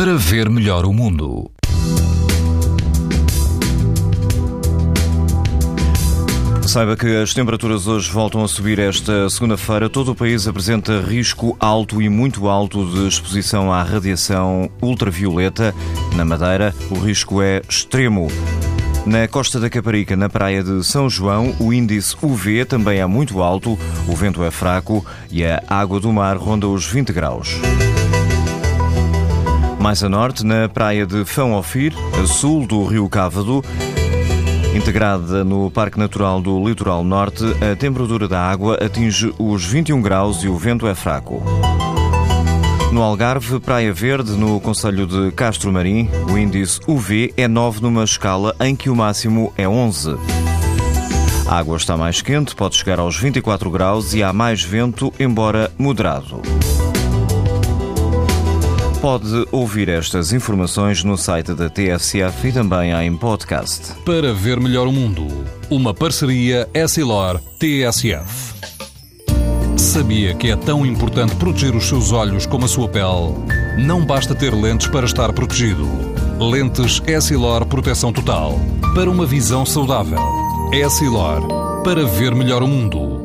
para ver melhor o mundo. Saiba que as temperaturas hoje voltam a subir esta segunda-feira. Todo o país apresenta risco alto e muito alto de exposição à radiação ultravioleta. Na Madeira, o risco é extremo. Na Costa da Caparica, na praia de São João, o índice UV também é muito alto, o vento é fraco e a água do mar ronda os 20 graus. Mais a norte, na praia de Fão Ofir, a sul do Rio Cávado, integrada no Parque Natural do Litoral Norte, a temperatura da água atinge os 21 graus e o vento é fraco. No Algarve, Praia Verde, no concelho de Castro Marim, o índice UV é 9 numa escala em que o máximo é 11. A água está mais quente, pode chegar aos 24 graus e há mais vento, embora moderado. Pode ouvir estas informações no site da TSF e também em podcast. Para ver melhor o mundo, uma parceria Essilor-TSF. Sabia que é tão importante proteger os seus olhos como a sua pele? Não basta ter lentes para estar protegido. Lentes Essilor Proteção Total. Para uma visão saudável. Essilor. Para ver melhor o mundo.